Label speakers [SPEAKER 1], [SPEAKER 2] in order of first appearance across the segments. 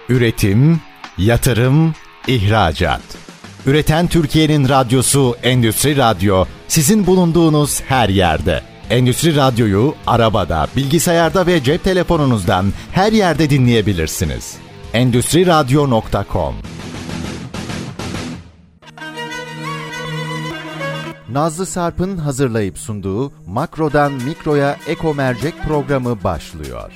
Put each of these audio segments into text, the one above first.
[SPEAKER 1] Üretim, yatırım, ihracat. Üreten Türkiye'nin radyosu Endüstri Radyo, sizin bulunduğunuz her yerde. Endüstri Radyo'yu arabada, bilgisayarda ve cep telefonunuzdan her yerde dinleyebilirsiniz. Endüstriradyo.com. Nazlı Sarp'ın hazırlayıp sunduğu Makro'dan Mikro'ya Eko Mercek programı başlıyor.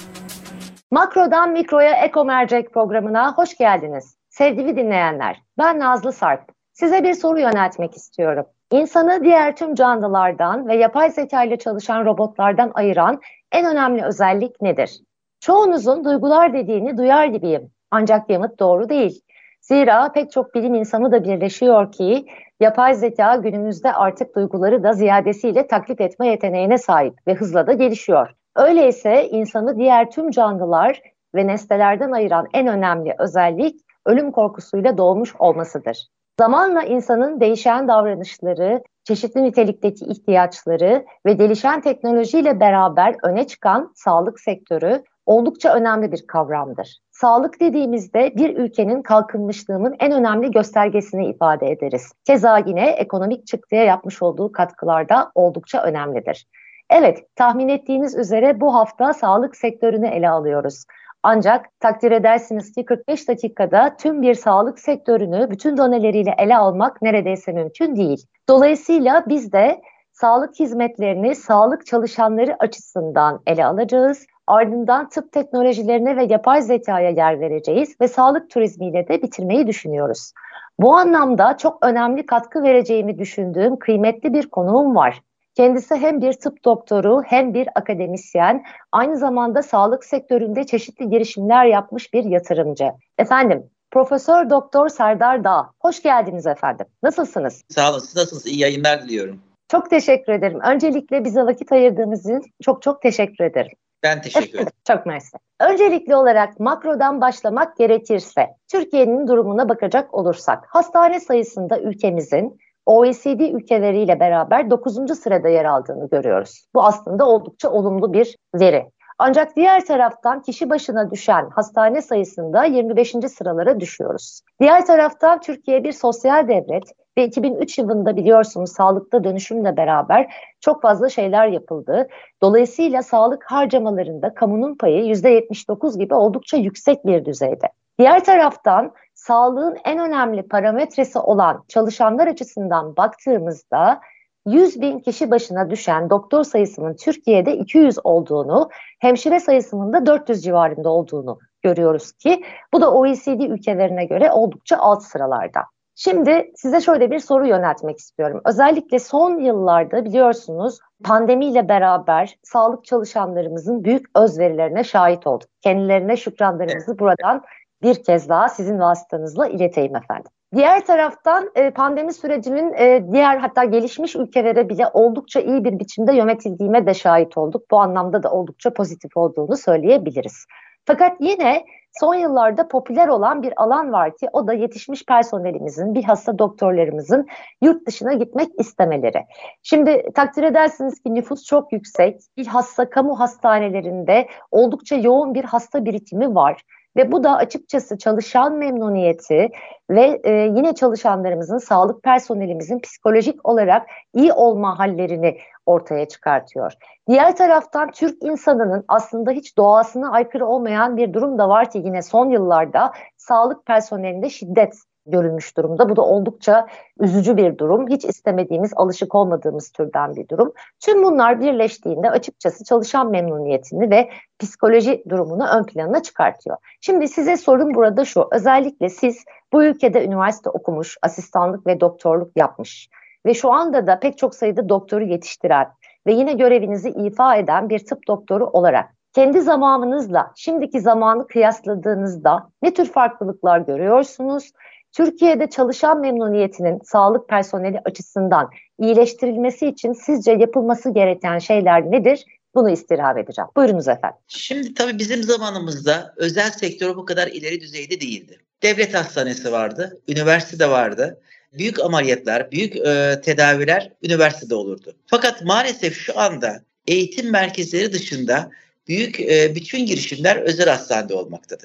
[SPEAKER 2] Makro'dan Mikro'ya Eko Mercek programına hoş geldiniz. Sevgili dinleyenler, ben Nazlı Sarp. Size bir soru yöneltmek istiyorum. İnsanı diğer tüm canlılardan ve yapay zeka ile çalışan robotlardan ayıran en önemli özellik nedir? Çoğunuzun duygular dediğini duyar gibiyim. Ancak yanıt doğru değil. Zira pek çok bilim insanı da birleşiyor ki yapay zeka günümüzde artık duyguları da ziyadesiyle taklit etme yeteneğine sahip ve hızla da gelişiyor. Öyleyse insanı diğer tüm canlılar ve nesnelerden ayıran en önemli özellik ölüm korkusuyla doğmuş olmasıdır. Zamanla insanın değişen davranışları, çeşitli nitelikteki ihtiyaçları ve gelişen teknolojiyle beraber öne çıkan sağlık sektörü oldukça önemli bir kavramdır. Sağlık dediğimizde bir ülkenin kalkınmışlığının en önemli göstergesini ifade ederiz. Keza yine ekonomik çıktıya yapmış olduğu katkılar da oldukça önemlidir. Evet, tahmin ettiğiniz üzere bu hafta sağlık sektörünü ele alıyoruz. Ancak takdir edersiniz ki 45 dakikada tüm bir sağlık sektörünü bütün doneleriyle ele almak neredeyse mümkün değil. Dolayısıyla biz de sağlık hizmetlerini sağlık çalışanları açısından ele alacağız. Ardından tıp teknolojilerine ve yapay zekaya yer vereceğiz ve sağlık turizmiyle de bitirmeyi düşünüyoruz. Bu anlamda çok önemli katkı vereceğimi düşündüğüm kıymetli bir konuğum var. Kendisi hem bir tıp doktoru hem bir akademisyen, aynı zamanda sağlık sektöründe çeşitli girişimler yapmış bir yatırımcı. Efendim, Profesör Doktor Serdar Dağ, hoş geldiniz efendim. Nasılsınız?
[SPEAKER 3] Sağ olun, siz nasılsınız? İyi yayınlar diliyorum.
[SPEAKER 2] Çok teşekkür ederim. Öncelikle bize vakit ayırdığınız için çok teşekkür ederim.
[SPEAKER 3] Ben teşekkür ederim.
[SPEAKER 2] Çok mersi. Öncelikli olarak makrodan başlamak gerekirse, Türkiye'nin durumuna bakacak olursak, hastane sayısında ülkemizin OECD ülkeleriyle beraber 9. sırada yer aldığını görüyoruz. Bu aslında oldukça olumlu bir veri. Ancak diğer taraftan kişi başına düşen hastane sayısında 25. sıralara düşüyoruz. Diğer taraftan Türkiye bir sosyal devlet ve 2003 yılında biliyorsunuz sağlıkta dönüşümle beraber çok fazla şeyler yapıldı. Dolayısıyla sağlık harcamalarında kamunun payı %79 gibi oldukça yüksek bir düzeyde. Diğer taraftan sağlığın en önemli parametresi olan çalışanlar açısından baktığımızda 100 bin kişi başına düşen doktor sayısının Türkiye'de 200 olduğunu, hemşire sayısının da 400 civarında olduğunu görüyoruz ki bu da OECD ülkelerine göre oldukça alt sıralarda. Şimdi size şöyle bir soru yöneltmek istiyorum. Özellikle son yıllarda biliyorsunuz pandemiyle beraber sağlık çalışanlarımızın büyük özverilerine şahit olduk. Kendilerine şükranlarımızı buradan bir kez daha sizin vasıtanızla ileteyim efendim. Diğer taraftan pandemi sürecinin diğer hatta gelişmiş ülkelere bile oldukça iyi bir biçimde yönetildiğine de şahit olduk. Bu anlamda da oldukça pozitif olduğunu söyleyebiliriz. Fakat yine son yıllarda popüler olan bir alan var ki o da yetişmiş personelimizin, bilhassa doktorlarımızın yurt dışına gitmek istemeleri. Şimdi takdir edersiniz ki nüfus çok yüksek, bilhassa kamu hastanelerinde oldukça yoğun bir hasta birikimi var. Ve bu da açıkçası çalışan memnuniyeti ve yine çalışanlarımızın, sağlık personelimizin psikolojik olarak iyi olma hallerini ortaya çıkartıyor. Diğer taraftan Türk insanının aslında hiç doğasına aykırı olmayan bir durum da var ki yine son yıllarda sağlık personelinde şiddet görülmüş durumda. Bu da oldukça üzücü bir durum. Hiç istemediğimiz, alışık olmadığımız türden bir durum. Tüm bunlar birleştiğinde açıkçası çalışan memnuniyetini ve psikoloji durumunu ön plana çıkartıyor. Şimdi size sorum burada şu. Özellikle siz bu ülkede üniversite okumuş, asistanlık ve doktorluk yapmış ve şu anda da pek çok sayıda doktoru yetiştiren ve yine görevinizi ifa eden bir tıp doktoru olarak kendi zamanınızla şimdiki zamanı kıyasladığınızda ne tür farklılıklar görüyorsunuz? Türkiye'de çalışan memnuniyetinin sağlık personeli açısından iyileştirilmesi için sizce yapılması gereken şeyler nedir? Bunu istirham edeceğim. Buyurunuz efendim.
[SPEAKER 3] Şimdi tabii bizim zamanımızda özel sektör bu kadar ileri düzeyde değildi. Devlet hastanesi vardı, üniversite vardı. Büyük ameliyatlar, büyük tedaviler üniversitede olurdu. Fakat maalesef şu anda eğitim merkezleri dışında büyük bütün girişimler özel hastanede olmaktadır.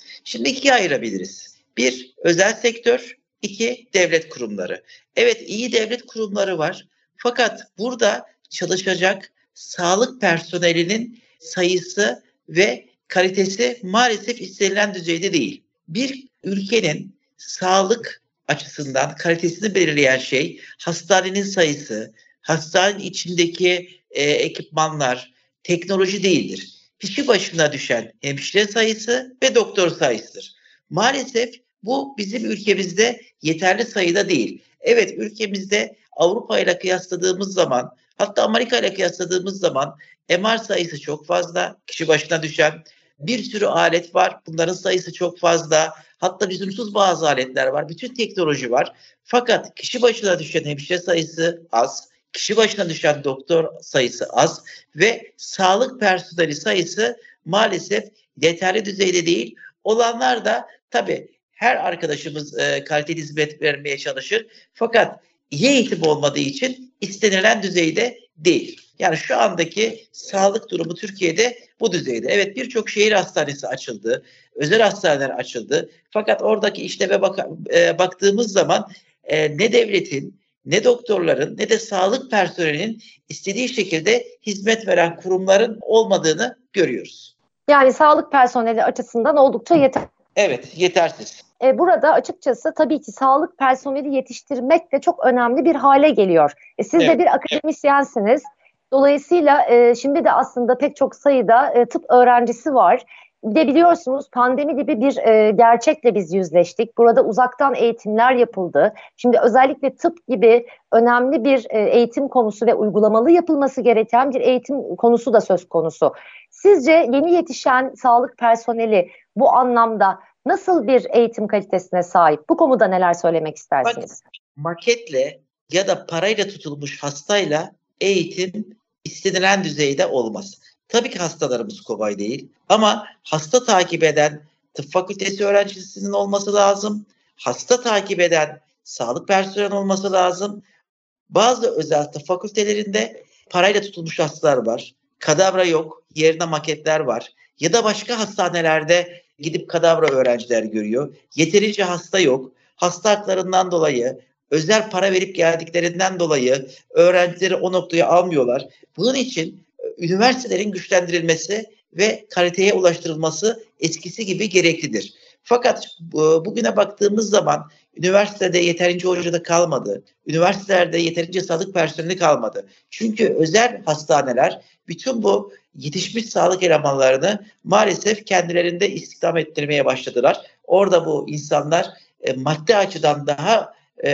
[SPEAKER 3] Şimdi ikiye ayırabiliriz. Bir, özel sektör, iki, devlet kurumları. Evet, iyi devlet kurumları var. Fakat burada çalışacak sağlık personelinin sayısı ve kalitesi maalesef istenilen düzeyde değil. Bir ülkenin sağlık açısından kalitesini belirleyen şey hastanenin sayısı, hastanenin içindeki ekipmanlar, teknoloji değildir. Kişi başına düşen hemşire sayısı ve doktor sayısıdır. Maalesef bu bizim ülkemizde yeterli sayıda değil. Evet, ülkemizde Avrupa ile kıyasladığımız zaman, hatta Amerika ile kıyasladığımız zaman MR sayısı çok fazla, kişi başına düşen bir sürü alet var. Bunların sayısı çok fazla. Hatta lüzumsuz bazı aletler var. Bütün teknoloji var. Fakat kişi başına düşen hemşire sayısı az. Kişi başına düşen doktor sayısı az ve sağlık personeli sayısı maalesef yeterli düzeyde değil. Olanlar da tabii her arkadaşımız kaliteli hizmet vermeye çalışır. Fakat iyi eğitim olmadığı için istenilen düzeyde değil. Yani şu andaki sağlık durumu Türkiye'de bu düzeyde. Evet, birçok şehir hastanesi açıldı, özel hastaneler açıldı. Fakat oradaki işleve baktığımız zaman ne devletin, ne doktorların, ne de sağlık personelinin istediği şekilde hizmet veren kurumların olmadığını görüyoruz.
[SPEAKER 2] Yani sağlık personeli açısından oldukça yeterli.
[SPEAKER 3] Evet, yetersiz.
[SPEAKER 2] Burada açıkçası tabii ki sağlık personeli yetiştirmek de çok önemli bir hale geliyor. Siz de bir akademisyensiniz. Dolayısıyla şimdi de aslında pek çok sayıda tıp öğrencisi var. Bir de biliyorsunuz pandemi gibi bir gerçekle biz yüzleştik. Burada uzaktan eğitimler yapıldı. Şimdi özellikle tıp gibi önemli bir eğitim konusu ve uygulamalı yapılması gereken bir eğitim konusu da söz konusu. Sizce yeni yetişen sağlık personeli bu anlamda nasıl bir eğitim kalitesine sahip? Bu konuda neler söylemek istersiniz?
[SPEAKER 3] Maketle ya da parayla tutulmuş hastayla eğitim istenilen düzeyde olmaz. Tabii ki hastalarımız kolay değil ama hasta takip eden tıp fakültesi öğrencisinin olması lazım. Hasta takip eden sağlık personeli olması lazım. Bazı özel tıp fakültelerinde parayla tutulmuş hastalar var. Kadavra yok, yerine maketler var. Ya da başka hastanelerde gidip kadavra öğrenciler görüyor. Yeterince hasta yok. Hasta haklarından dolayı, özel para verip geldiklerinden dolayı öğrencileri o noktaya almıyorlar. Bunun için üniversitelerin güçlendirilmesi ve kaliteye ulaştırılması eskisi gibi gereklidir. Fakat bugüne baktığımız zaman üniversitede yeterince hoca da kalmadı. Üniversitelerde yeterince sağlık personeli kalmadı. Çünkü özel hastaneler bütün bu yetişmiş sağlık elemanlarını maalesef kendilerinde istihdam ettirmeye başladılar. Orada bu insanlar maddi açıdan daha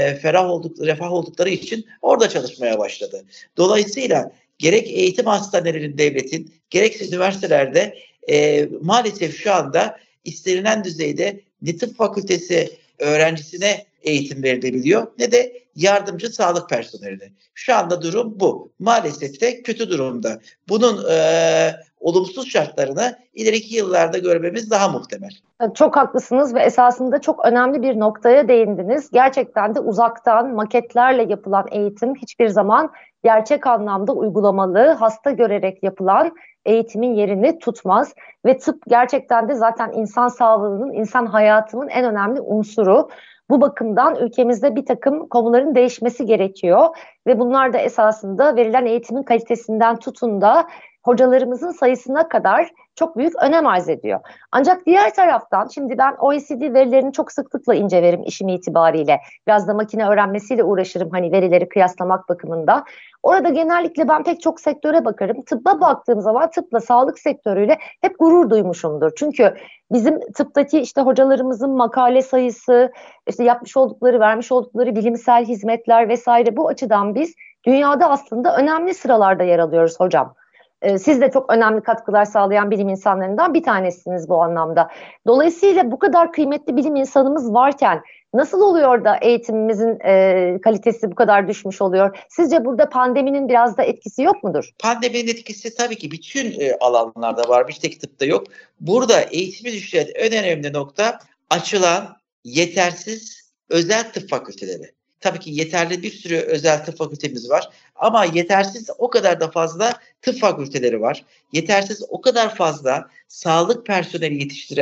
[SPEAKER 3] refah oldukları için orada çalışmaya başladı. Dolayısıyla gerek eğitim hastanelerinin devletin, gerekse üniversitelerde maalesef şu anda istenilen düzeyde ne tıp fakültesi öğrencisine eğitim verilebiliyor ne de yardımcı sağlık personeline. Şu anda durum bu. Maalesef de kötü durumda. Bunun olumsuz şartlarını ileriki yıllarda görmemiz daha muhtemel.
[SPEAKER 2] Çok haklısınız ve esasında çok önemli bir noktaya değindiniz. Gerçekten de uzaktan maketlerle yapılan eğitim hiçbir zaman gerçek anlamda uygulamalı, hasta görerek yapılan eğitimin yerini tutmaz. Ve tıp gerçekten de zaten insan sağlığının, insan hayatının en önemli unsuru. Bu bakımdan ülkemizde bir takım konuların değişmesi gerekiyor ve bunlar da esasında verilen eğitimin kalitesinden tutun da hocalarımızın sayısına kadar çok büyük önem arz ediyor. Ancak diğer taraftan şimdi ben OECD verilerini çok sıklıkla incelerim işim itibariyle. Biraz da makine öğrenmesiyle uğraşırım hani verileri kıyaslamak bakımında. Orada genellikle ben pek çok sektöre bakarım. Tıbba baktığım zaman tıpla sağlık sektörüyle hep gurur duymuşumdur. Çünkü bizim tıptaki işte hocalarımızın makale sayısı, işte yapmış oldukları, vermiş oldukları bilimsel hizmetler vesaire bu açıdan biz dünyada aslında önemli sıralarda yer alıyoruz hocam. Siz de çok önemli katkılar sağlayan bilim insanlarından bir tanesiniz bu anlamda. Dolayısıyla bu kadar kıymetli bilim insanımız varken nasıl oluyor da eğitimimizin kalitesi bu kadar düşmüş oluyor? Sizce burada pandeminin biraz da etkisi yok mudur?
[SPEAKER 3] Pandeminin etkisi tabii ki bütün alanlarda var. Bir tek tıpta yok. Burada eğitimi düşüren en önemli nokta açılan yetersiz özel tıp fakülteleri. Tabii ki yeterli bir sürü özel tıp fakültemiz var ama yetersiz o kadar da fazla tıp fakülteleri var. Yetersiz o kadar fazla sağlık personeli yetiştiren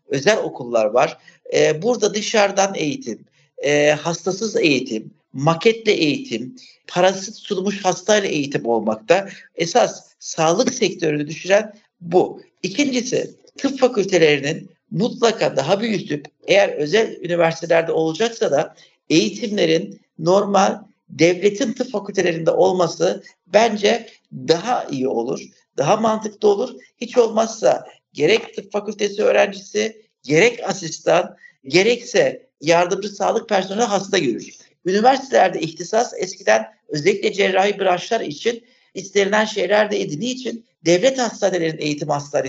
[SPEAKER 3] özel okullar var. Burada dışarıdan eğitim, hastasız eğitim, maketle eğitim, parasız sunulmuş hastayla eğitim olmakta. Esas sağlık sektörünü düşüren bu. İkincisi, tıp fakültelerinin mutlaka daha büyütüp, eğer özel üniversitelerde olacaksa da eğitimlerin normal devletin tıp fakültelerinde olması bence daha iyi olur, daha mantıklı olur. Hiç olmazsa gerek tıp fakültesi öğrencisi, gerek asistan, gerekse yardımcı sağlık personeli hasta görür. Üniversitelerde ihtisas eskiden özellikle cerrahi branşlar için istenilen şeyler değildi. Niçin? Devlet hastanelerinin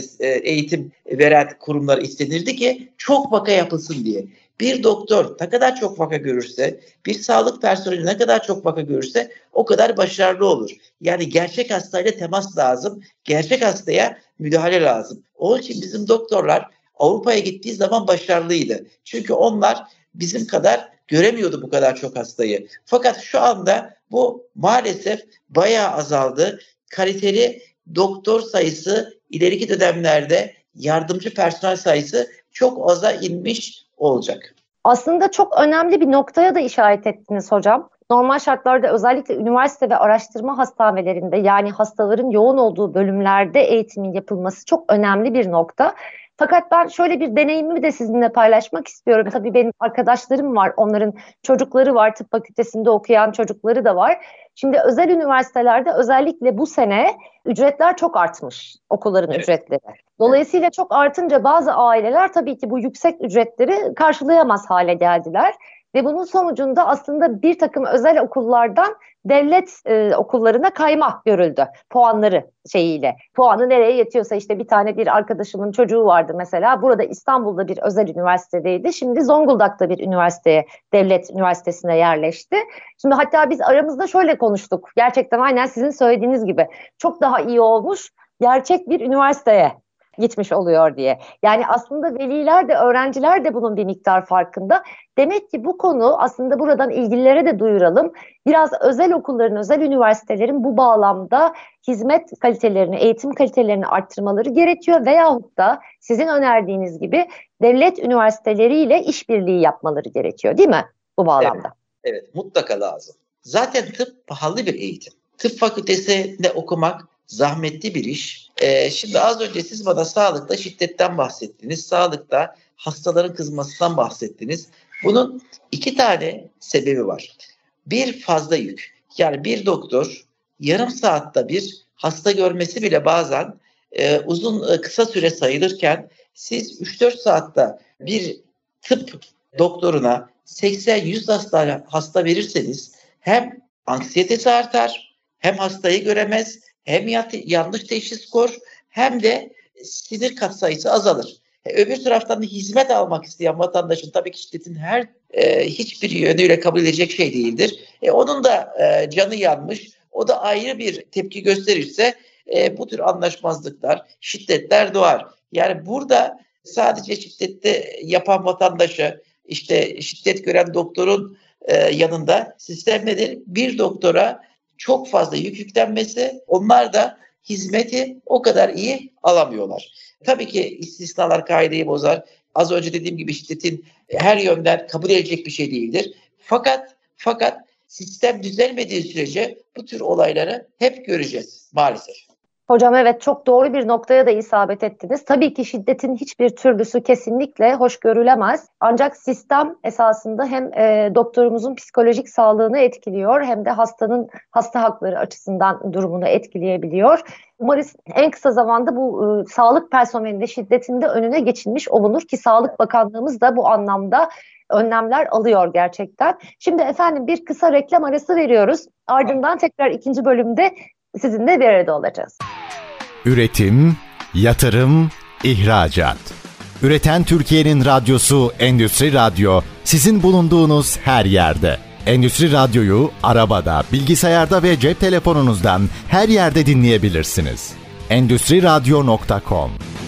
[SPEAKER 3] eğitim veren kurumlar istenirdi ki çok vaka yapılsın diye. Bir doktor ne kadar çok vaka görürse, bir sağlık personeli ne kadar çok vaka görürse o kadar başarılı olur. Yani gerçek hastayla temas lazım, gerçek hastaya müdahale lazım. Onun için bizim doktorlar Avrupa'ya gittiği zaman başarılıydı. Çünkü onlar bizim kadar göremiyordu bu kadar çok hastayı. Fakat şu anda bu maalesef bayağı azaldı. Kaliteli doktor sayısı ileriki dönemlerde yardımcı personel sayısı çok aza inmiş olacak.
[SPEAKER 2] Aslında çok önemli bir noktaya da işaret ettiniz hocam. Normal şartlarda özellikle üniversite ve araştırma hastanelerinde, yani hastaların yoğun olduğu bölümlerde eğitimin yapılması çok önemli bir nokta. Fakat ben şöyle bir deneyimimi de sizinle paylaşmak istiyorum. Tabii benim arkadaşlarım var, onların çocukları var, tıp fakültesinde okuyan çocukları da var. Şimdi özel üniversitelerde özellikle bu sene ücretler çok artmış, okulların ücretleri. Dolayısıyla çok artınca bazı aileler tabii ki bu yüksek ücretleri karşılayamaz hale geldiler. Ve bunun sonucunda aslında bir takım özel okullardan devlet okullarına kayma görüldü puanları şeyiyle. Puanı nereye yetiyorsa, işte bir tane bir arkadaşımın çocuğu vardı mesela. Burada İstanbul'da bir özel üniversitedeydi. Şimdi Zonguldak'ta bir üniversiteye, devlet üniversitesine yerleşti. Şimdi hatta biz aramızda şöyle konuştuk. Gerçekten aynen sizin söylediğiniz gibi çok daha iyi olmuş, gerçek bir üniversiteye gitmiş oluyor diye. Yani aslında veliler de öğrenciler de bunun bir miktar farkında. Demek ki bu konu aslında buradan ilgililere de duyuralım. Biraz özel okulların, özel üniversitelerin bu bağlamda hizmet kalitelerini, eğitim kalitelerini arttırmaları gerekiyor veyahut da sizin önerdiğiniz gibi devlet üniversiteleriyle işbirliği yapmaları gerekiyor, değil mi bu bağlamda?
[SPEAKER 3] Evet, mutlaka lazım. Zaten tıp pahalı bir eğitim. Tıp fakültesinde okumak zahmetli bir iş. Şimdi az önce siz bana sağlıkta şiddetten bahsettiniz. Sağlıkta hastaların kızmasından bahsettiniz. Bunun iki tane sebebi var. Bir, fazla yük. Yani bir doktor yarım saatte bir hasta görmesi bile bazen kısa süre sayılırken siz 3-4 saatte bir tıp doktoruna 80-100 hasta verirseniz hem anksiyetesi artar, hem hastayı göremez, hem yanlış teşhis koyar, hem de sinir katsayısı azalır. Öbür taraftan da hizmet almak isteyen vatandaşın tabii ki şiddetin hiçbir yönüyle kabul edilecek şey değildir. Onun da canı yanmış, o da ayrı bir tepki gösterirse bu tür anlaşmazlıklar, şiddetler doğar. Yani burada sadece şiddette yapan vatandaşı, işte şiddet gören doktorun yanında sistem nedir? Bir doktora çok fazla yük yüklenmesi, onlar da hizmeti o kadar iyi alamıyorlar. Tabii ki istisnalar kaideyi bozar. Az önce dediğim gibi şiddetin her yönden kabul edilecek bir şey değildir. Fakat sistem düzelmediği sürece bu tür olayları hep göreceğiz maalesef.
[SPEAKER 2] Hocam evet, çok doğru bir noktaya da isabet ettiniz. Tabii ki şiddetin hiçbir türlüsü kesinlikle hoş görülemez. Ancak sistem esasında hem doktorumuzun psikolojik sağlığını etkiliyor hem de hasta hakları açısından durumunu etkileyebiliyor. Umarız en kısa zamanda bu sağlık personelinde şiddetin de önüne geçilmiş olunur ki Sağlık Bakanlığımız da bu anlamda önlemler alıyor gerçekten. Şimdi efendim bir kısa reklam arası veriyoruz. Ardından tekrar ikinci bölümde sizinle bir arada olacağız.
[SPEAKER 1] Üretim, yatırım, ihracat. Üreten Türkiye'nin radyosu Endüstri Radyo, sizin bulunduğunuz her yerde. Endüstri Radyo'yu arabada, bilgisayarda ve cep telefonunuzdan her yerde dinleyebilirsiniz. Endüstriradyo.com.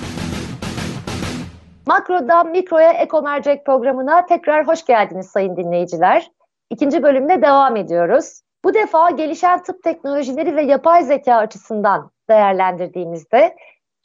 [SPEAKER 2] Makrodan Mikro'ya Ekomercek programına tekrar hoş geldiniz sayın dinleyiciler. İkinci bölümde devam ediyoruz. Bu defa gelişen tıp teknolojileri ve yapay zeka açısından değerlendirdiğimizde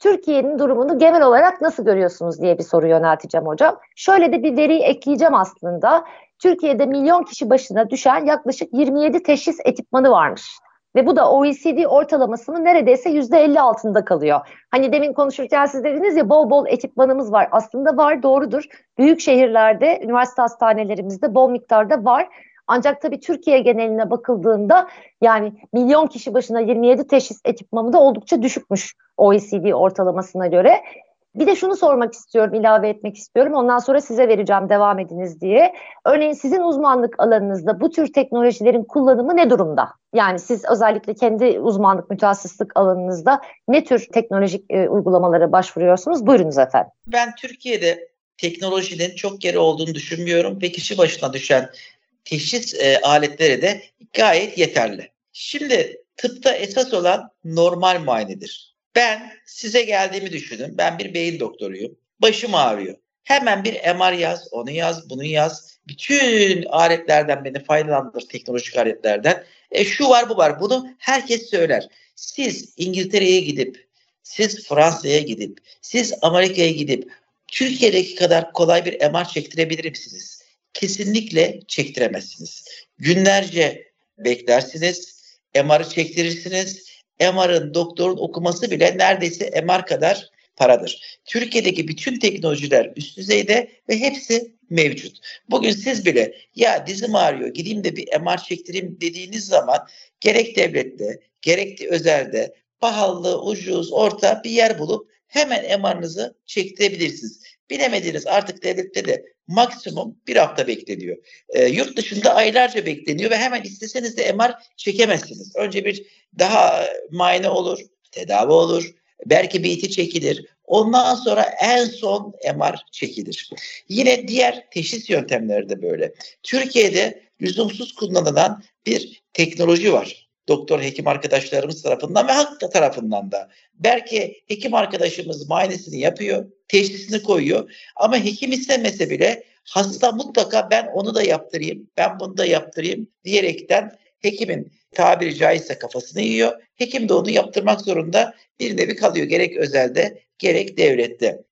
[SPEAKER 2] Türkiye'nin durumunu genel olarak nasıl görüyorsunuz diye bir soru yönelteceğim hocam. Şöyle de bir veriyi ekleyeceğim aslında. Türkiye'de milyon kişi başına düşen yaklaşık 27 teşhis ekipmanı varmış. Ve bu da OECD ortalamasının neredeyse %50 altında kalıyor. Hani demin konuşurken siz dediniz ya bol bol ekipmanımız var. Aslında var, doğrudur. Büyük şehirlerde, üniversite hastanelerimizde bol miktarda var. Ancak tabii Türkiye geneline bakıldığında yani milyon kişi başına 27 teşhis ekipmanı da oldukça düşükmüş OECD ortalamasına göre. Bir de şunu sormak istiyorum, ilave etmek istiyorum. Ondan sonra size vereceğim, devam ediniz diye. Örneğin sizin uzmanlık alanınızda bu tür teknolojilerin kullanımı ne durumda? Yani siz özellikle kendi uzmanlık, mütehassıslık alanınızda ne tür teknolojik uygulamalara başvuruyorsunuz? Buyurunuz efendim.
[SPEAKER 3] Ben Türkiye'de teknolojinin çok geri olduğunu düşünmüyorum ve kişi başına düşen teşhis aletleri de gayet yeterli. Şimdi tıpta esas olan normal muayenedir. Ben size geldiğimi düşünün. Ben bir beyin doktoruyum. Başım ağrıyor. Hemen bir MR yaz, onu yaz, bunu yaz. Bütün aletlerden beni faydalandır, teknolojik aletlerden. Şu var, bu var. Bunu herkes söyler. Siz İngiltere'ye gidip, siz Fransa'ya gidip, siz Amerika'ya gidip Türkiye'deki kadar kolay bir MR çektirebilir misiniz? Kesinlikle çektiremezsiniz. Günlerce beklersiniz, MR'ı çektirirsiniz. MR'ın doktorun okuması bile neredeyse MR kadar paradır. Türkiye'deki bütün teknolojiler üst düzeyde ve hepsi mevcut. Bugün siz bile ya dizim ağrıyor gideyim de bir MR çektireyim dediğiniz zaman gerek devlette gerek de özelde pahalı, ucuz, orta bir yer bulup hemen MR'ınızı çektirebilirsiniz. Bilemediniz artık devlette de maksimum bir hafta bekleniyor. Yurt dışında aylarca bekleniyor ve hemen isteseniz de MR çekemezsiniz. Önce bir daha muayene olur, tedavi olur, belki bir iti çekilir. Ondan sonra en son MR çekilir. Yine diğer teşhis yöntemleri de böyle. Türkiye'de lüzumsuz kullanılan bir teknoloji var. Doktor, hekim arkadaşlarımız tarafından ve halk tarafından da. Belki hekim arkadaşımız muayenesini yapıyor, teşhisini koyuyor ama hekim istemese bile hasta mutlaka ben onu da yaptırayım, ben bunu da yaptırayım diyerekten hekimin tabiri caizse kafasını yiyor. Hekim de onu yaptırmak zorunda bir nevi kalıyor gerek özelde gerek devlette.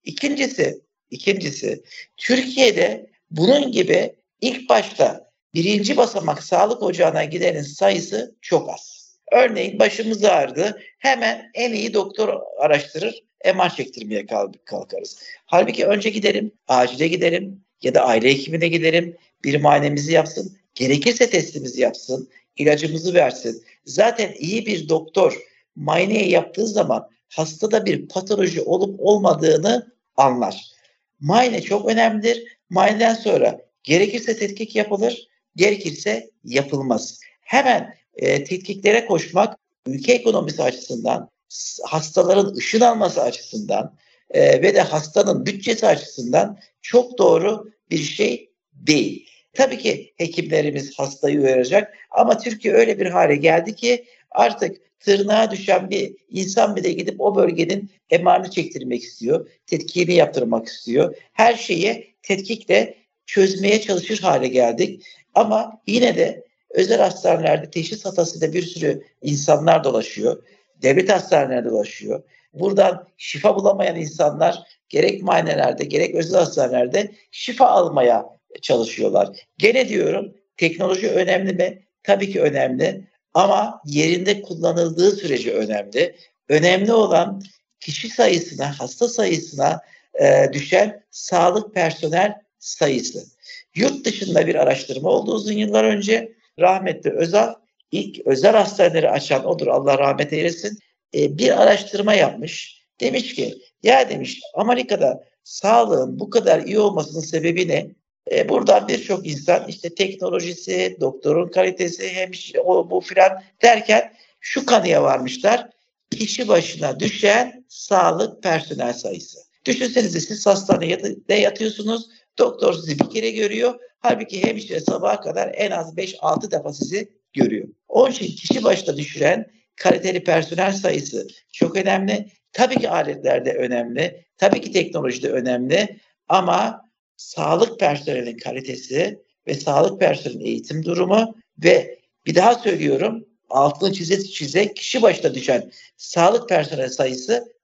[SPEAKER 3] İkincisi Türkiye'de bunun gibi ilk başta birinci basamak sağlık ocağına gidenin sayısı çok az. Örneğin başımız ağrıdı. Hemen en iyi doktor araştırır. MR çektirmeye kalkarız. Halbuki önce gidelim, acile gidelim ya da aile hekimine gidelim. Bir muayenemizi yapsın. Gerekirse testimizi yapsın. İlacımızı versin. Zaten iyi bir doktor muayeneyi yaptığı zaman hastada bir patoloji olup olmadığını anlar. Muayene çok önemlidir. Muayeneden sonra gerekirse tetkik yapılır, gerekirse yapılmaz. Hemen tetkiklere koşmak ülke ekonomisi açısından, hastaların ışın alması açısından ve de hastanın bütçesi açısından çok doğru bir şey değil. Tabii ki hekimlerimiz hastayı uyaracak ama Türkiye öyle bir hale geldi ki artık tırnağa düşen bir insan bile gidip o bölgenin MR'ını çektirmek istiyor, tetkikini yaptırmak istiyor. Her şeyi tetkikle çözmeye çalışır hale geldik. Ama yine de özel hastanelerde teşhis hatasıyla bir sürü insanlar dolaşıyor. Devlet hastanelerinde dolaşıyor. Buradan şifa bulamayan insanlar gerek muayenelerde gerek özel hastanelerde şifa almaya çalışıyorlar. Gene diyorum teknoloji önemli mi? Tabii ki önemli ama yerinde kullanıldığı sürece önemli. Önemli olan kişi sayısına, hasta sayısına düşen sağlık personel sayısı. Yurt dışında bir araştırma oldu uzun yıllar önce. Rahmetli Özal, ilk özel hastaneleri açan odur, Allah rahmet eylesin. Bir araştırma yapmış. Demiş ki, ya demiş Amerika'da sağlığın bu kadar iyi olmasının sebebi ne? Buradan birçok insan işte teknolojisi, doktorun kalitesi, o bu filan derken şu kanıya varmışlar. Kişi başına düşen sağlık personel sayısı. Düşünsenize siz hastanede yatıyorsunuz. Doktor sizi bir kere görüyor. Halbuki hemşire sabaha kadar en az 5-6 defa sizi görüyor. Onun için kişi başına düşüren kaliteli personel sayısı çok önemli. Tabii ki aletler de önemli. Tabii ki teknoloji de önemli. Ama sağlık personelinin kalitesi ve sağlık personelinin eğitim durumu ve bir daha söylüyorum altını çize kişi başına düşen sağlık personel sayısı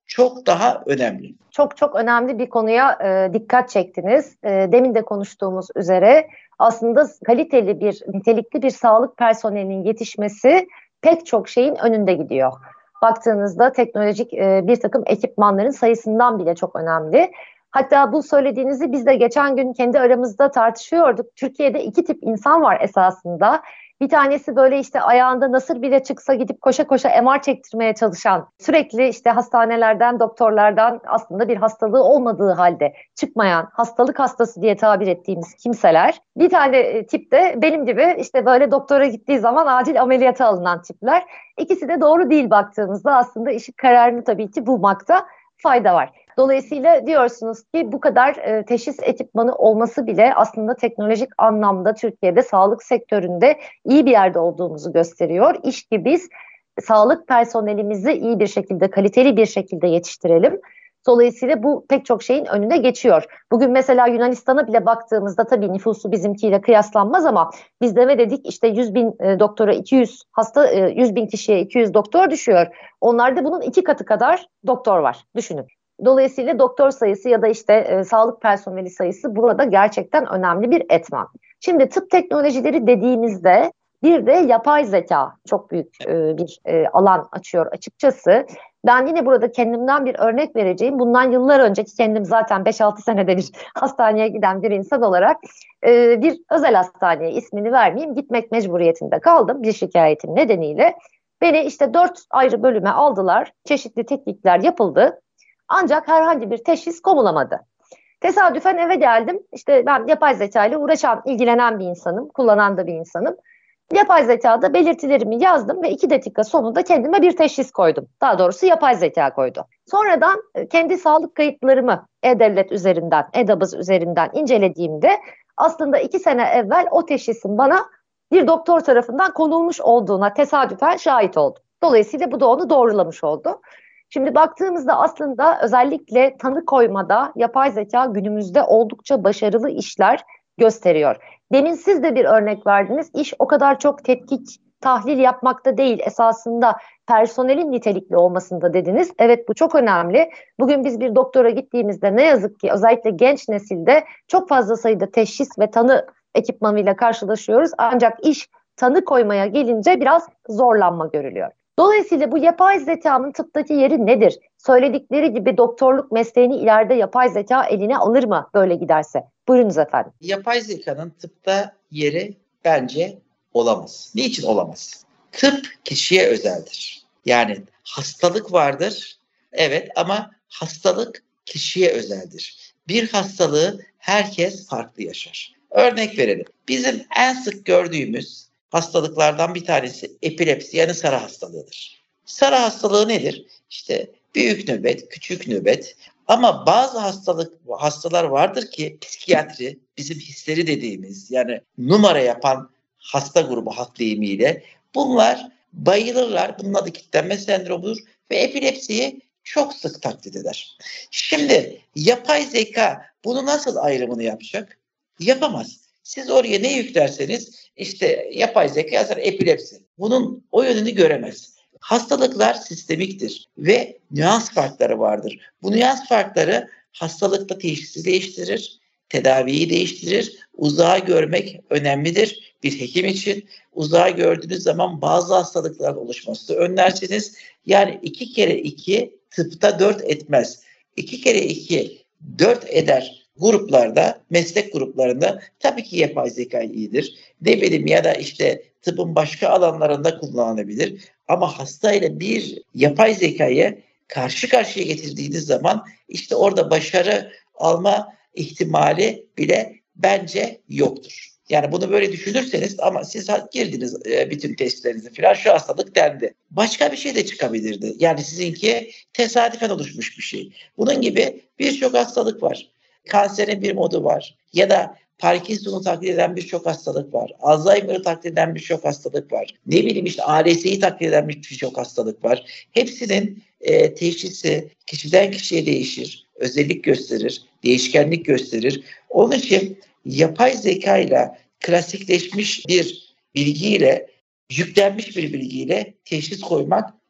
[SPEAKER 3] çok daha önemli.
[SPEAKER 2] Çok çok önemli bir konuya dikkat çektiniz. Demin de konuştuğumuz üzere aslında kaliteli bir, nitelikli bir sağlık personelinin yetişmesi pek çok şeyin önünde gidiyor. Baktığınızda teknolojik bir takım ekipmanların sayısından bile çok önemli. Hatta bu söylediğinizi biz de geçen gün kendi aramızda tartışıyorduk. Türkiye'de iki tip insan var esasında. Bir tanesi böyle işte ayağında nasır bile çıksa gidip koşa koşa MR çektirmeye çalışan, sürekli işte hastanelerden, doktorlardan aslında bir hastalığı olmadığı halde çıkmayan, hastalık hastası diye tabir ettiğimiz kimseler. Bir tane tip de benim gibi işte böyle doktora gittiği zaman acil ameliyata alınan tipler. İkisi de doğru değil baktığımızda, aslında işin kararını tabii ki bulmakta fayda var. Dolayısıyla diyorsunuz ki bu kadar teşhis ekipmanı olması bile aslında teknolojik anlamda Türkiye'de sağlık sektöründe iyi bir yerde olduğumuzu gösteriyor. İş ki biz sağlık personelimizi iyi bir şekilde, kaliteli bir şekilde yetiştirelim. Dolayısıyla bu pek çok şeyin önüne geçiyor. Bugün mesela Yunanistan'a bile baktığımızda tabii nüfusu bizimkiyle kıyaslanmaz ama biz de ne dedik? İşte 100 bin doktora 200 hasta, 100 bin kişiye 200 doktor düşüyor. Onlarda bunun 2 katı kadar doktor var. Düşünün. Dolayısıyla doktor sayısı ya da işte sağlık personeli sayısı burada gerçekten önemli bir etmen. Şimdi tıp teknolojileri dediğimizde bir de yapay zeka çok büyük bir alan açıyor açıkçası. Ben yine burada kendimden bir örnek vereceğim. Bundan yıllar önceki, kendim zaten 5-6 senede bir hastaneye giden bir insan olarak bir özel hastaneye, ismini vermeyeyim, gitmek mecburiyetinde kaldım bir şikayetim nedeniyle. Beni işte 4 ayrı bölüme aldılar. Çeşitli teknikler yapıldı. Ancak herhangi bir teşhis konulamadı. Tesadüfen eve geldim. İşte ben yapay zeka ile uğraşan, ilgilenen bir insanım, kullanan da bir insanım. Yapay zekada belirtilerimi yazdım ve 2 dakika sonunda kendime bir teşhis koydum. Daha doğrusu yapay zeka koydu. Sonradan kendi sağlık kayıtlarımı E-Devlet üzerinden, E-Nabız üzerinden incelediğimde aslında 2 sene evvel o teşhisin bana bir doktor tarafından konulmuş olduğuna tesadüfen şahit oldum. Dolayısıyla bu da onu doğrulamış oldu. Şimdi baktığımızda aslında özellikle tanı koymada yapay zeka günümüzde oldukça başarılı işler gösteriyor. Demin siz de bir örnek verdiniz. İş o kadar çok tetkik, tahlil yapmakta değil, esasında personelin nitelikli olmasında dediniz. Evet, bu çok önemli. Bugün biz bir doktora gittiğimizde ne yazık ki özellikle genç nesilde çok fazla sayıda teşhis ve tanı ekipmanıyla karşılaşıyoruz. Ancak iş tanı koymaya gelince biraz zorlanma görülüyor. Dolayısıyla bu yapay zekanın tıptaki yeri nedir? Söyledikleri gibi doktorluk mesleğini ileride yapay zeka eline alır mı böyle giderse? Buyurunuz efendim.
[SPEAKER 3] Yapay zekanın tıpta yeri bence olamaz. Niçin olamaz? Tıp kişiye özeldir. Yani hastalık vardır, evet, ama hastalık kişiye özeldir. Bir hastalığı herkes farklı yaşar. Örnek verelim. Bizim en sık gördüğümüz hastalıklardan bir tanesi epilepsi, yani Sara hastalığıdır. Sara hastalığı nedir? İşte büyük nöbet, küçük nöbet. Ama bazı hastalar vardır ki psikiyatri, bizim hisleri dediğimiz, yani numara yapan hasta grubu halk deyimiyle, bunlar bayılırlar. Bunun adı kitlenme sendromudur ve epilepsiyi çok sık taklit eder. Şimdi yapay zeka bunu nasıl ayrımını yapacak? Yapamaz. Siz oraya ne yüklerseniz işte yapay zeka yazar epilepsi. Bunun o yönünü göremez. Hastalıklar sistemiktir ve nüans farkları vardır. Bu nüans farkları hastalıkta teşhisi değiştirir, tedaviyi değiştirir. Uzağı görmek önemlidir bir hekim için. Uzağı gördüğünüz zaman bazı hastalıkların oluşmasını önlersiniz. Yani 2 kere 2 tıpta 4 etmez. 2 kere 2 4 eder. Gruplarda, meslek gruplarında tabii ki yapay zeka iyidir. Ne bileyim, ya da işte tıbbın başka alanlarında kullanılabilir. Ama hastayla bir yapay zekayı karşı karşıya getirdiğiniz zaman işte orada başarı alma ihtimali bile bence yoktur. Yani bunu böyle düşünürseniz, ama siz girdiniz bütün testlerinizi falan, şu hastalık dendi. Başka bir şey de çıkabilirdi. Yani sizinki tesadüfen oluşmuş bir şey. Bunun gibi birçok hastalık var. Kanserin bir modu var. Ya da Parkinson'u taklit eden birçok hastalık var. Alzheimer'ı taklit eden birçok hastalık var. Ne bileyim işte ALS'yi taklit eden birçok hastalık var. Hepsinin teşhisi kişiden kişiye değişir. Özellik gösterir, değişkenlik gösterir. Onun için yapay zeka ile klasikleşmiş bir bilgiyle, yüklenmiş bir bilgiyle teşhis koymak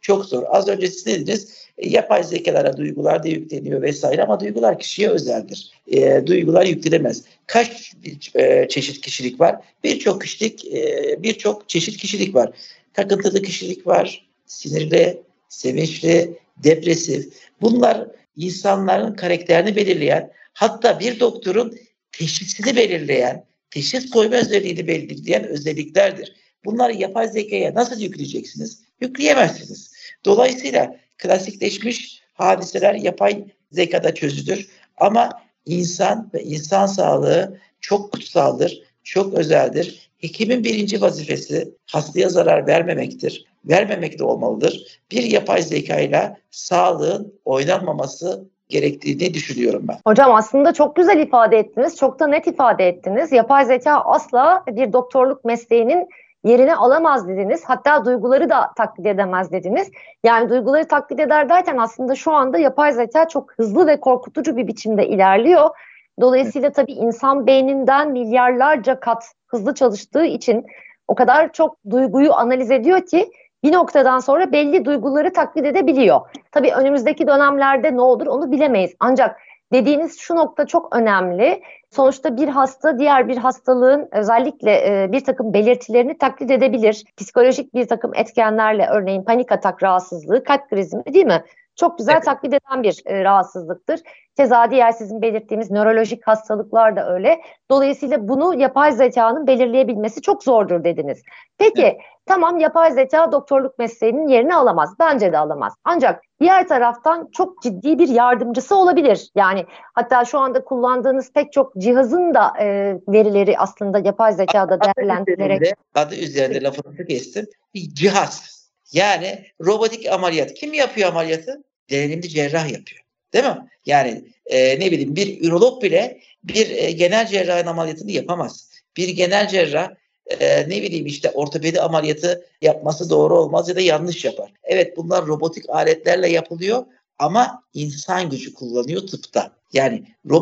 [SPEAKER 3] çok zor. Az önce siz ne dediniz? Yapay zekalara duygular da yükleniyor vesaire ama duygular kişiye özeldir. Duygular yüklenemez. Kaç çeşit kişilik var? Birçok çeşit kişilik var. Takıntılı kişilik var, sinirli, sevinçli, depresif. Bunlar insanların karakterini belirleyen, hatta bir doktorun teşhisini belirleyen, teşhis koyma özelliğini belirleyen özelliklerdir. Bunları yapay zekaya nasıl yükleyeceksiniz? Yükleyemezsiniz. Dolayısıyla klasikleşmiş hadiseler yapay zekada çözülür. Ama insan ve insan sağlığı çok kutsaldır, çok özeldir. Hekimin birinci vazifesi hastaya zarar vermemektir. Vermemek de olmalıdır. Bir yapay zekayla sağlığın oynanmaması gerektiğini düşünüyorum ben.
[SPEAKER 2] Hocam aslında çok güzel ifade ettiniz, çok da net ifade ettiniz. Yapay zeka asla bir doktorluk mesleğinin yerini alamaz dediniz. Hatta duyguları da taklit edemez dediniz. Yani duyguları taklit eder derken aslında şu anda yapay zeka çok hızlı ve korkutucu bir biçimde ilerliyor. Dolayısıyla tabii insan beyninden milyarlarca kat hızlı çalıştığı için o kadar çok duyguyu analiz ediyor ki bir noktadan sonra belli duyguları taklit edebiliyor. Tabii önümüzdeki dönemlerde ne olur onu bilemeyiz. Ancak dediğiniz şu nokta çok önemli. Sonuçta bir hasta diğer bir hastalığın özellikle bir takım belirtilerini taklit edebilir. Psikolojik bir takım etkenlerle örneğin panik atak rahatsızlığı, kalp krizi değil mi? Çok güzel taklit eden bir rahatsızlıktır. Keza diğer sizin belirttiğimiz nörolojik hastalıklar da öyle. Dolayısıyla bunu yapay zekanın belirleyebilmesi çok zordur dediniz. Peki tamam, yapay zeka doktorluk mesleğinin yerini alamaz. Bence de alamaz. Ancak diğer taraftan çok ciddi bir yardımcısı olabilir. Yani hatta şu anda kullandığınız pek çok cihazın da verileri aslında yapay zekada değerlendirilerek.
[SPEAKER 3] Adı üzerinde lafını kestim. Bir cihaz. Yani robotik ameliyat. Kim yapıyor ameliyatı? Deneyimli cerrah yapıyor. Değil mi? Yani ne bileyim bir ürolog bile bir genel cerrahın ameliyatını yapamaz. Bir genel cerrah ne bileyim işte ortopedi ameliyatı yapması doğru olmaz ya da yanlış yapar. Evet, bunlar robotik aletlerle yapılıyor ama insan gücü kullanıyor tıpta. Yani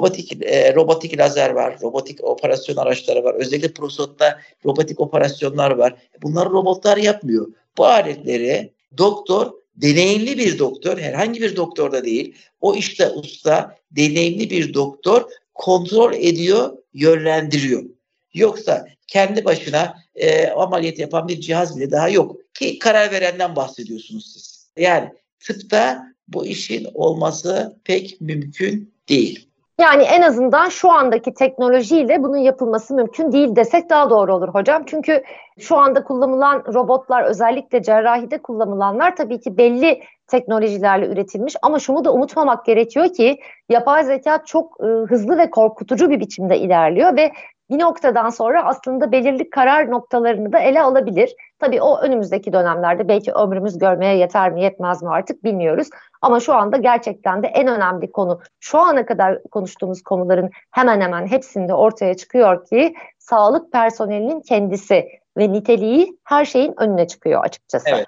[SPEAKER 3] robotik lazer var, robotik operasyon araçları var. Özellikle prostatta robotik operasyonlar var. Bunları robotlar yapmıyor. Bu aletleri deneyimli bir doktor, herhangi bir doktor da değil, o işte usta, deneyimli bir doktor kontrol ediyor, yönlendiriyor. Yoksa kendi başına ameliyat yapan bir cihaz bile daha yok. Ki karar verenden bahsediyorsunuz siz. Yani tıpta bu işin olması pek mümkün değil.
[SPEAKER 2] Yani en azından şu andaki teknolojiyle bunun yapılması mümkün değil desek daha doğru olur hocam. Çünkü şu anda kullanılan robotlar, özellikle cerrahide kullanılanlar tabii ki belli teknolojilerle üretilmiş. Ama şunu da unutmamak gerekiyor ki yapay zeka çok hızlı ve korkutucu bir biçimde ilerliyor ve bir noktadan sonra aslında belirli karar noktalarını da ele alabilir. Tabii o önümüzdeki dönemlerde belki ömrümüz görmeye yeter mi yetmez mi artık bilmiyoruz. Ama şu anda gerçekten de en önemli konu, şu ana kadar konuştuğumuz konuların hemen hemen hepsinde ortaya çıkıyor ki sağlık personelinin kendisi ve niteliği her şeyin önüne çıkıyor açıkçası.
[SPEAKER 3] Evet.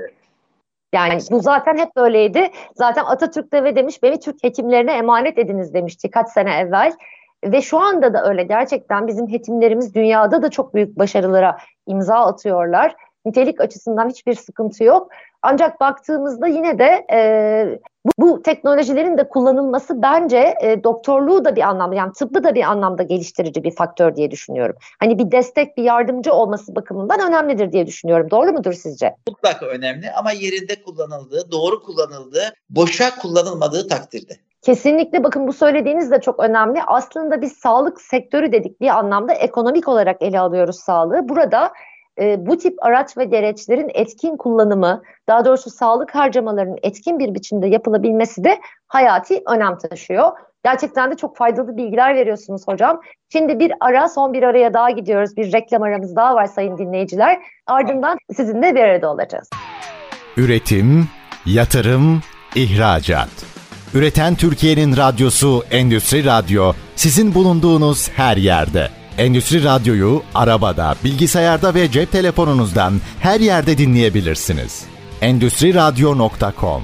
[SPEAKER 2] Yani bu zaten hep böyleydi. Zaten Atatürk de demiş, beni Türk hekimlerine emanet ediniz demişti kaç sene evvel. Ve şu anda da öyle, gerçekten bizim hekimlerimiz dünyada da çok büyük başarılara imza atıyorlar. Nitelik açısından hiçbir sıkıntı yok. Ancak baktığımızda yine de bu teknolojilerin de kullanılması bence doktorluğu da bir anlamda, yani tıbbı da bir anlamda geliştirici bir faktör diye düşünüyorum. Hani bir destek, bir yardımcı olması bakımından önemlidir diye düşünüyorum. Doğru mudur sizce?
[SPEAKER 3] Mutlaka önemli ama yerinde kullanıldığı, doğru kullanıldığı, boşa kullanılmadığı takdirde.
[SPEAKER 2] Kesinlikle, bakın bu söylediğiniz de çok önemli. Aslında biz sağlık sektörü dedik, bir anlamda ekonomik olarak ele alıyoruz sağlığı. Burada bu tip araç ve gereçlerin etkin kullanımı, daha doğrusu sağlık harcamalarının etkin bir biçimde yapılabilmesi de hayati önem taşıyor. Gerçekten de çok faydalı bilgiler veriyorsunuz hocam. Şimdi son bir araya daha gidiyoruz. Bir reklam aramız daha var sayın dinleyiciler. Ardından sizinle bir arada olacağız.
[SPEAKER 1] Üretim, yatırım, ihracat. Üreten Türkiye'nin radyosu Endüstri Radyo, sizin bulunduğunuz her yerde. Endüstri Radyo'yu arabada, bilgisayarda ve cep telefonunuzdan her yerde dinleyebilirsiniz. Endüstriradyo.com.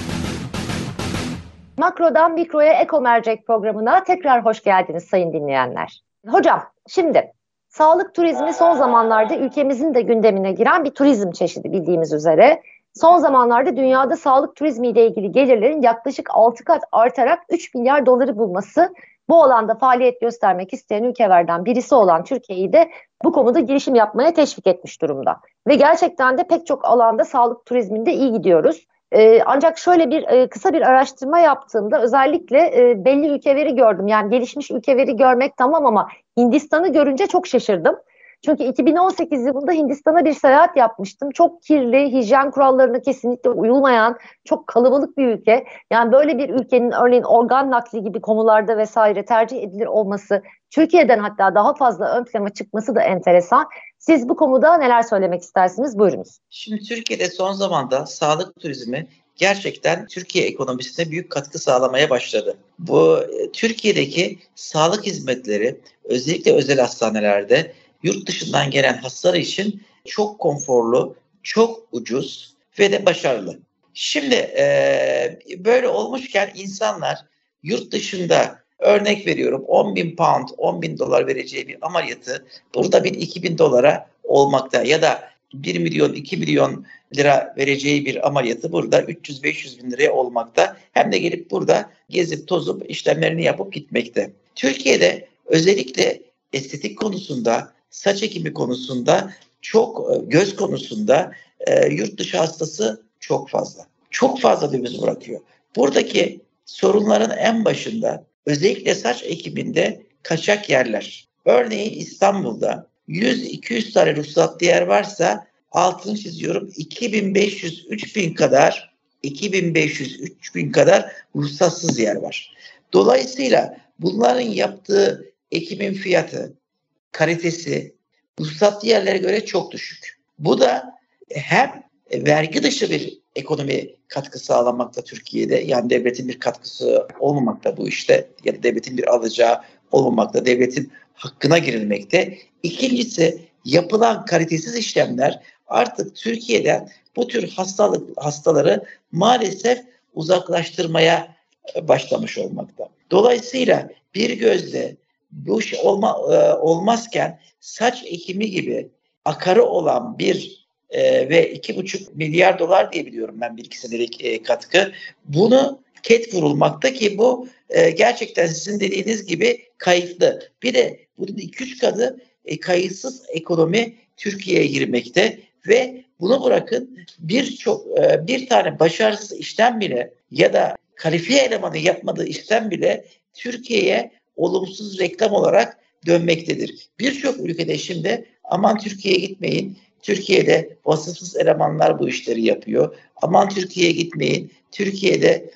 [SPEAKER 2] Makrodan Mikro'ya Eko Mercek programına tekrar hoş geldiniz sayın dinleyenler. Hocam, şimdi sağlık turizmi son zamanlarda ülkemizin de gündemine giren bir turizm çeşidi bildiğimiz üzere. son zamanlarda dünyada sağlık turizmiyle ilgili gelirlerin yaklaşık 6 kat artarak 3 milyar doları bulması, bu alanda faaliyet göstermek isteyen ülkelerden birisi olan Türkiye'yi de bu konuda girişim yapmaya teşvik etmiş durumda. Ve gerçekten de pek çok alanda sağlık turizminde iyi gidiyoruz. Ancak şöyle bir kısa bir araştırma yaptığımda özellikle belli ülkeleri gördüm. Yani gelişmiş ülkeleri görmek tamam ama Hindistan'ı görünce çok şaşırdım. Çünkü 2018 yılında Hindistan'a bir seyahat yapmıştım. Çok kirli, hijyen kurallarına kesinlikle uyulmayan, çok kalabalık bir ülke. Yani böyle bir ülkenin örneğin organ nakli gibi konularda vesaire tercih edilir olması, Türkiye'den hatta daha fazla ön plana çıkması da enteresan. Siz bu konuda neler söylemek istersiniz? Buyurunuz.
[SPEAKER 3] Şimdi Türkiye'de son zamanda sağlık turizmi gerçekten Türkiye ekonomisine büyük katkı sağlamaya başladı. Bu Türkiye'deki sağlık hizmetleri özellikle özel hastanelerde yurt dışından gelen hastalar için çok konforlu, çok ucuz ve de başarılı. Şimdi böyle olmuşken insanlar yurt dışında örnek veriyorum 10.000 pound, 10.000 dolar vereceği bir ameliyatı burada 1.000-2.000 dolara olmakta ya da 1 milyon 2 milyon lira vereceği bir ameliyatı burada 300-500 bin liraya olmakta. Hem de gelip burada gezip tozup işlemlerini yapıp gitmekte. Türkiye'de özellikle estetik konusunda, saç ekimi konusunda, çok göz konusunda yurt dışı hastası çok fazla. Çok fazla döviz bırakıyor. Buradaki sorunların en başında özellikle saç ekiminde kaçak yerler. Örneğin İstanbul'da 100-200 tane ruhsatlı yer varsa altını çiziyorum 2500-3000 kadar ruhsatsız yer var. Dolayısıyla bunların yaptığı ekimin fiyatı, kalitesi ruhsatlı yerlere göre çok düşük. Bu da hem vergi dışı bir ekonomi katkı sağlamakta Türkiye'de, yani devletin bir katkısı olmamakta bu işte ya da devletin bir alacağı olmamakta, devletin hakkına girilmekte. İkincisi yapılan kalitesiz işlemler artık Türkiye'den bu tür hastaları maalesef uzaklaştırmaya başlamış olmakta. Dolayısıyla bir gözle bu iş olmazken saç ekimi gibi akarı olan bir ve 2,5 milyar dolar diye biliyorum ben bir iki senelik katkı. Bunu ket vurulmakta ki bu gerçekten sizin dediğiniz gibi kayıtlı. Bir de bunun 2-3 katı kayıtsız ekonomi Türkiye'ye girmekte ve bunu bırakın bir tane başarısız işlem bile ya da kalifiye elemanı yapmadığı işlem bile Türkiye'ye olumsuz reklam olarak dönmektedir. Birçok ülkede şimdi aman Türkiye'ye gitmeyin, Türkiye'de vasıfsız elemanlar bu işleri yapıyor. Aman Türkiye'ye gitmeyin, Türkiye'de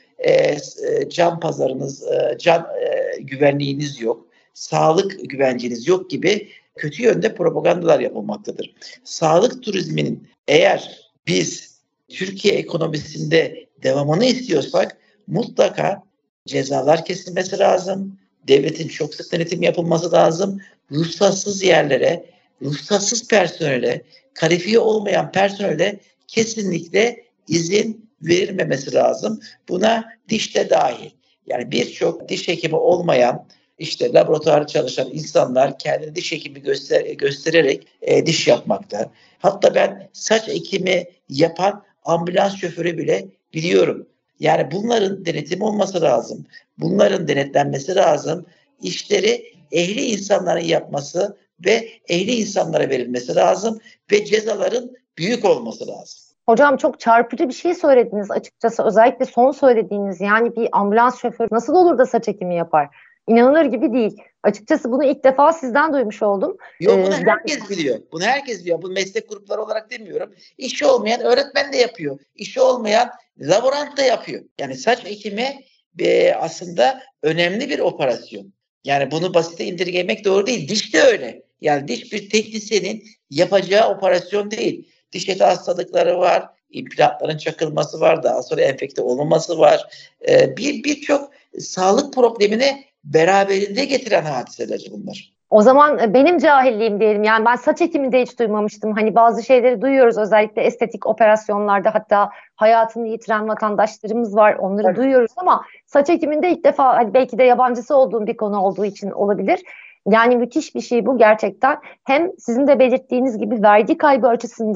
[SPEAKER 3] can pazarınız, can güvenliğiniz yok, sağlık güvenceniz yok gibi kötü yönde propagandalar yapılmaktadır. Sağlık turizminin eğer biz Türkiye ekonomisinde devamını istiyorsak mutlaka cezalar kesilmesi lazım. Devletin çok sık denetim yapılması lazım. Ruhsatsız yerlere, ruhsatsız personele, kalifiye olmayan personele kesinlikle izin verilmemesi lazım. Buna diş de dahil. Yani birçok diş hekimi olmayan, işte laboratuvarda çalışan insanlar kendini diş hekimi göstererek diş yapmakta. Hatta ben saç ekimi yapan ambulans şoförü bile biliyorum. Yani bunların denetim olması lazım. Bunların denetlenmesi lazım. İşleri ehli insanların yapması ve ehli insanlara verilmesi lazım ve cezaların büyük olması lazım.
[SPEAKER 2] Hocam çok çarpıcı bir şey söylediniz açıkçası. Özellikle son söylediğiniz, yani bir ambulans şoförü nasıl olur da saç ekimi yapar? İnanılır gibi değil. Açıkçası bunu ilk defa sizden duymuş oldum.
[SPEAKER 3] Yok, bunu herkes biliyor. Bunu herkes biliyor. Bu meslek grupları olarak demiyorum. İşi olmayan öğretmen de yapıyor. İşi olmayan laborant da yapıyor. Yani saç ekimi aslında önemli bir operasyon. Yani bunu basite indirgemek doğru değil. Diş de öyle. Yani diş bir teknisyenin yapacağı operasyon değil. Diş eti hastalıkları var. İmplantların çakılması var. Daha sonra enfekte olmaması var. Birçok sağlık problemini beraberinde getiren hadiseler bunlar.
[SPEAKER 2] O zaman benim cahilliğim diyelim. Yani ben saç ekimi de hiç duymamıştım. Hani bazı şeyleri duyuyoruz, özellikle estetik operasyonlarda, hatta hayatını yitiren vatandaşlarımız var. Onları duyuyoruz ama saç ekiminde ilk defa, hani belki de yabancısı olduğum bir konu olduğu için olabilir. Yani müthiş bir şey bu gerçekten. Hem sizin de belirttiğiniz gibi vergi kaybı açısından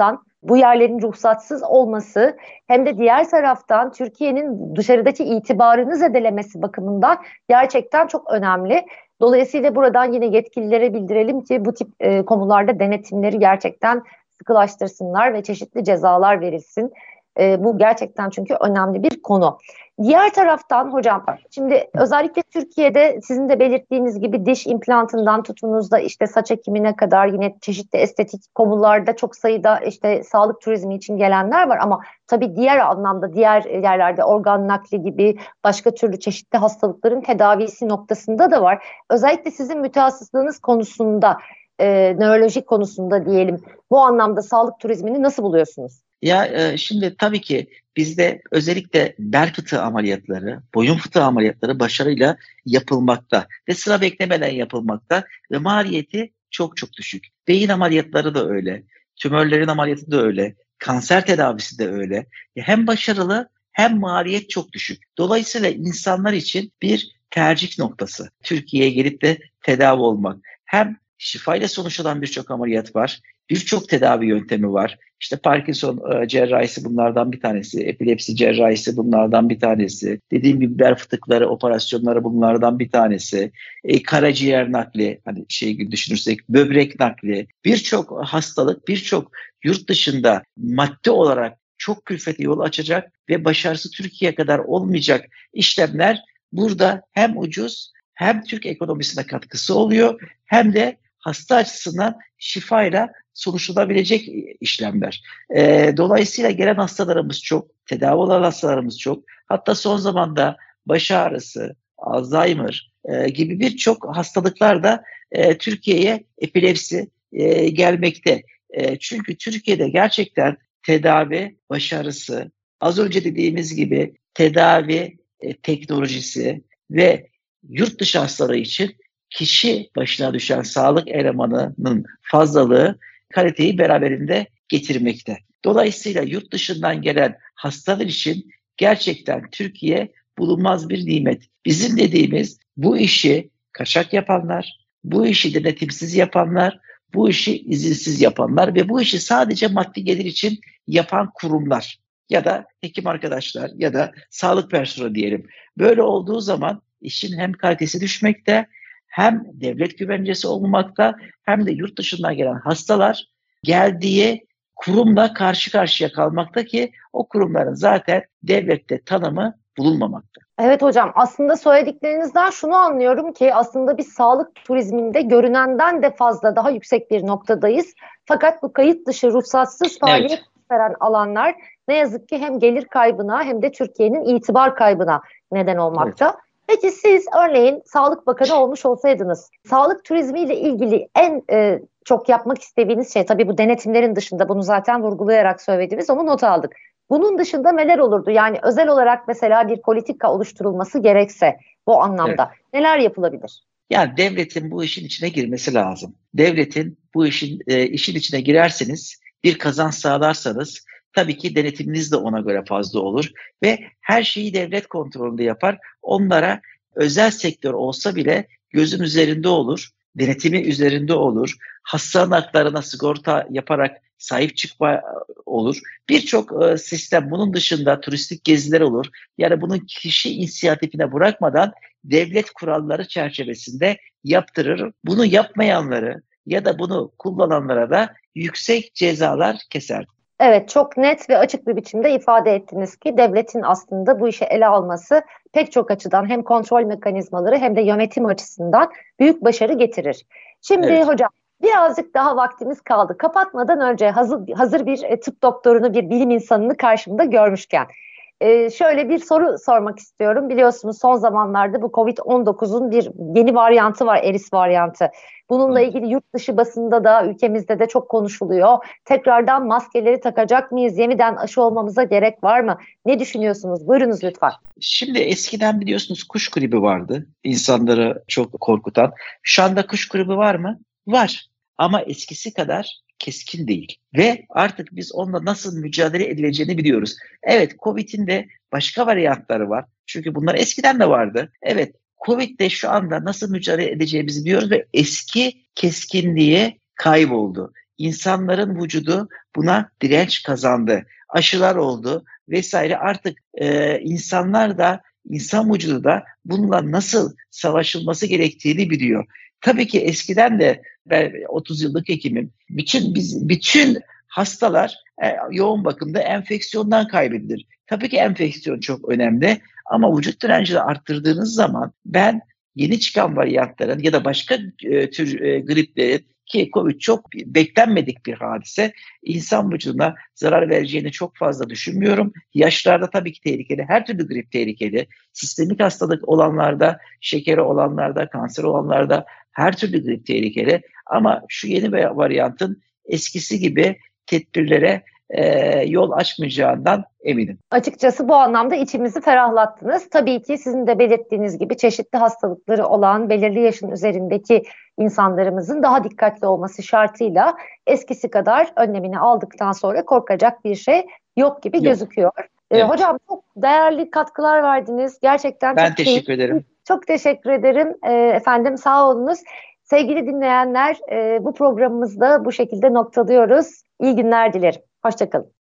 [SPEAKER 2] bu yerlerin ruhsatsız olması hem de diğer taraftan Türkiye'nin dışarıdaki itibarını zedelemesi bakımından gerçekten çok önemli. Dolayısıyla buradan yine yetkililere bildirelim ki bu tip konularda denetimleri gerçekten sıkılaştırsınlar ve çeşitli cezalar verilsin. Bu gerçekten çünkü önemli bir konu. Diğer taraftan hocam, şimdi özellikle Türkiye'de sizin de belirttiğiniz gibi diş implantından tutunuz da işte saç ekimine kadar yine çeşitli estetik konularda çok sayıda işte sağlık turizmi için gelenler var ama tabii diğer anlamda diğer yerlerde organ nakli gibi başka türlü çeşitli hastalıkların tedavisi noktasında da var. Özellikle sizin mütehassıslığınız konusunda, nöroloji konusunda diyelim, bu anlamda sağlık turizmini nasıl buluyorsunuz?
[SPEAKER 3] Şimdi tabii ki bizde özellikle bel fıtığı ameliyatları, boyun fıtığı ameliyatları başarıyla yapılmakta ve sıra beklemeden yapılmakta ve maliyeti çok çok düşük. Beyin ameliyatları da öyle, tümörlerin ameliyatı da öyle, kanser tedavisi de öyle. Hem başarılı hem maliyet çok düşük. Dolayısıyla insanlar için bir tercih noktası. Türkiye'ye gelip de tedavi olmak. Hem şifayla sonuçlanan birçok ameliyat var. Birçok tedavi yöntemi var. İşte Parkinson cerrahisi bunlardan bir tanesi, epilepsi cerrahisi bunlardan bir tanesi, dediğim gibi bel fıtıkları operasyonları bunlardan bir tanesi, karaciğer nakli, hani düşünürsek böbrek nakli, birçok hastalık, birçok yurt dışında maddi olarak çok külfete yol açacak ve başarısı Türkiye kadar olmayacak işlemler burada hem ucuz hem Türk ekonomisine katkısı oluyor hem de hasta açısından şifayla sonuçlanabilecek işlemler. Dolayısıyla gelen hastalarımız çok, tedavi olan hastalarımız çok. Hatta son zamanda baş ağrısı, Alzheimer gibi birçok hastalıklar da Türkiye'ye epilepsi gelmekte. Çünkü Türkiye'de gerçekten tedavi başarısı, az önce dediğimiz gibi tedavi teknolojisi ve yurt dışı hastalığı için kişi başına düşen sağlık elemanının fazlalığı kaliteyi beraberinde getirmekte. Dolayısıyla yurt dışından gelen hastalar için gerçekten Türkiye bulunmaz bir nimet. Bizim dediğimiz bu işi kaçak yapanlar, bu işi denetimsiz yapanlar, bu işi izinsiz yapanlar ve bu işi sadece maddi gelir için yapan kurumlar ya da hekim arkadaşlar ya da sağlık personeli diyelim. Böyle olduğu zaman işin hem kalitesi düşmekte, hem devlet güvencesi olmamakta hem de yurt dışından gelen hastalar geldiği kurumla karşı karşıya kalmakta ki o kurumların zaten devlette tanımı bulunmamakta.
[SPEAKER 2] Evet hocam, aslında söylediklerinizden şunu anlıyorum ki aslında biz sağlık turizminde görünenden de fazla daha yüksek bir noktadayız. Fakat bu kayıt dışı ruhsatsız faaliyet veren alanlar ne yazık ki hem gelir kaybına hem de Türkiye'nin itibar kaybına neden olmakta. Evet. Peki siz örneğin Sağlık Bakanı olmuş olsaydınız, sağlık turizmiyle ilgili en çok yapmak istediğiniz şey, tabii bu denetimlerin dışında, bunu zaten vurgulayarak söylediğiniz, onu not aldık. Bunun dışında neler olurdu? Yani özel olarak mesela bir politika oluşturulması gerekse bu anlamda neler yapılabilir?
[SPEAKER 3] Yani devletin bu işin içine girmesi lazım. Devletin bu işin içine girerseniz, bir kazanç sağlarsanız tabii ki denetiminiz de ona göre fazla olur ve her şeyi devlet kontrolünde yapar. Onlara özel sektör olsa bile gözüm üzerinde olur, denetimi üzerinde olur. Hasta haklarına sigorta yaparak sahip çıkma olur. Birçok sistem, bunun dışında turistik geziler olur. Yani bunun kişi inisiyatifine bırakmadan devlet kuralları çerçevesinde yaptırır. Bunu yapmayanları ya da bunu kullananlara da yüksek cezalar keser.
[SPEAKER 2] Evet, çok net ve açık bir biçimde ifade ettiniz ki devletin aslında bu işe ele alması pek çok açıdan hem kontrol mekanizmaları hem de yönetim açısından büyük başarı getirir. Şimdi hocam birazcık daha vaktimiz kaldı. Kapatmadan önce hazır bir tıp doktorunu, bir bilim insanını karşımda görmüşken şöyle bir soru sormak istiyorum. Biliyorsunuz son zamanlarda bu Covid-19'un bir yeni varyantı var, Eris varyantı. Bununla ilgili yurt dışı basında da ülkemizde de çok konuşuluyor. Tekrardan maskeleri takacak mıyız? Yeniden aşı olmamıza gerek var mı? Ne düşünüyorsunuz? Buyurunuz lütfen.
[SPEAKER 3] Şimdi eskiden biliyorsunuz kuş gribi vardı. İnsanları çok korkutan. Şu anda kuş gribi var mı? Var. Ama eskisi kadar keskin değil. Ve artık biz onunla nasıl mücadele edileceğini biliyoruz. Evet, Covid'in de başka varyantları var. Çünkü bunlar eskiden de vardı. Evet, Covid'de şu anda nasıl mücadele edeceğimizi biliyoruz ve eski keskinliği kayboldu. insanların vücudu buna direnç kazandı. Aşılar oldu vesaire. Artık insanlar da, insan vücudu da bununla nasıl savaşılması gerektiğini biliyor. Tabii ki eskiden de, ben 30 yıllık hekimim. Bütün hastalar yoğun bakımda enfeksiyondan kaybedilir. Tabii ki enfeksiyon çok önemli ama vücut direncini arttırdığınız zaman ben yeni çıkan varyantların ya da başka tür griplerin, ki COVID çok beklenmedik bir hadise, insan vücuduna zarar vereceğini çok fazla düşünmüyorum. Yaşlarda tabii ki tehlikeli. Her türlü grip tehlikeli. Sistemik hastalık olanlarda, şekeri olanlarda, kanser olanlarda her türlü grip tehlikeli. Ama şu yeni varyantın eskisi gibi tedbirlere yol açmayacağından eminim.
[SPEAKER 2] Açıkçası bu anlamda içimizi ferahlattınız. Tabii ki sizin de belirttiğiniz gibi çeşitli hastalıkları olan belirli yaşın üzerindeki insanlarımızın daha dikkatli olması şartıyla eskisi kadar önlemini aldıktan sonra korkacak bir şey yok gibi gözüküyor.
[SPEAKER 3] Evet.
[SPEAKER 2] Hocam çok değerli katkılar verdiniz. Gerçekten
[SPEAKER 3] ben
[SPEAKER 2] çok
[SPEAKER 3] teşekkür ederim.
[SPEAKER 2] Çok teşekkür ederim. Efendim sağ olunuz. Sevgili dinleyenler, bu programımızda bu şekilde noktalıyoruz. İyi günler dilerim. Hoşça kalın.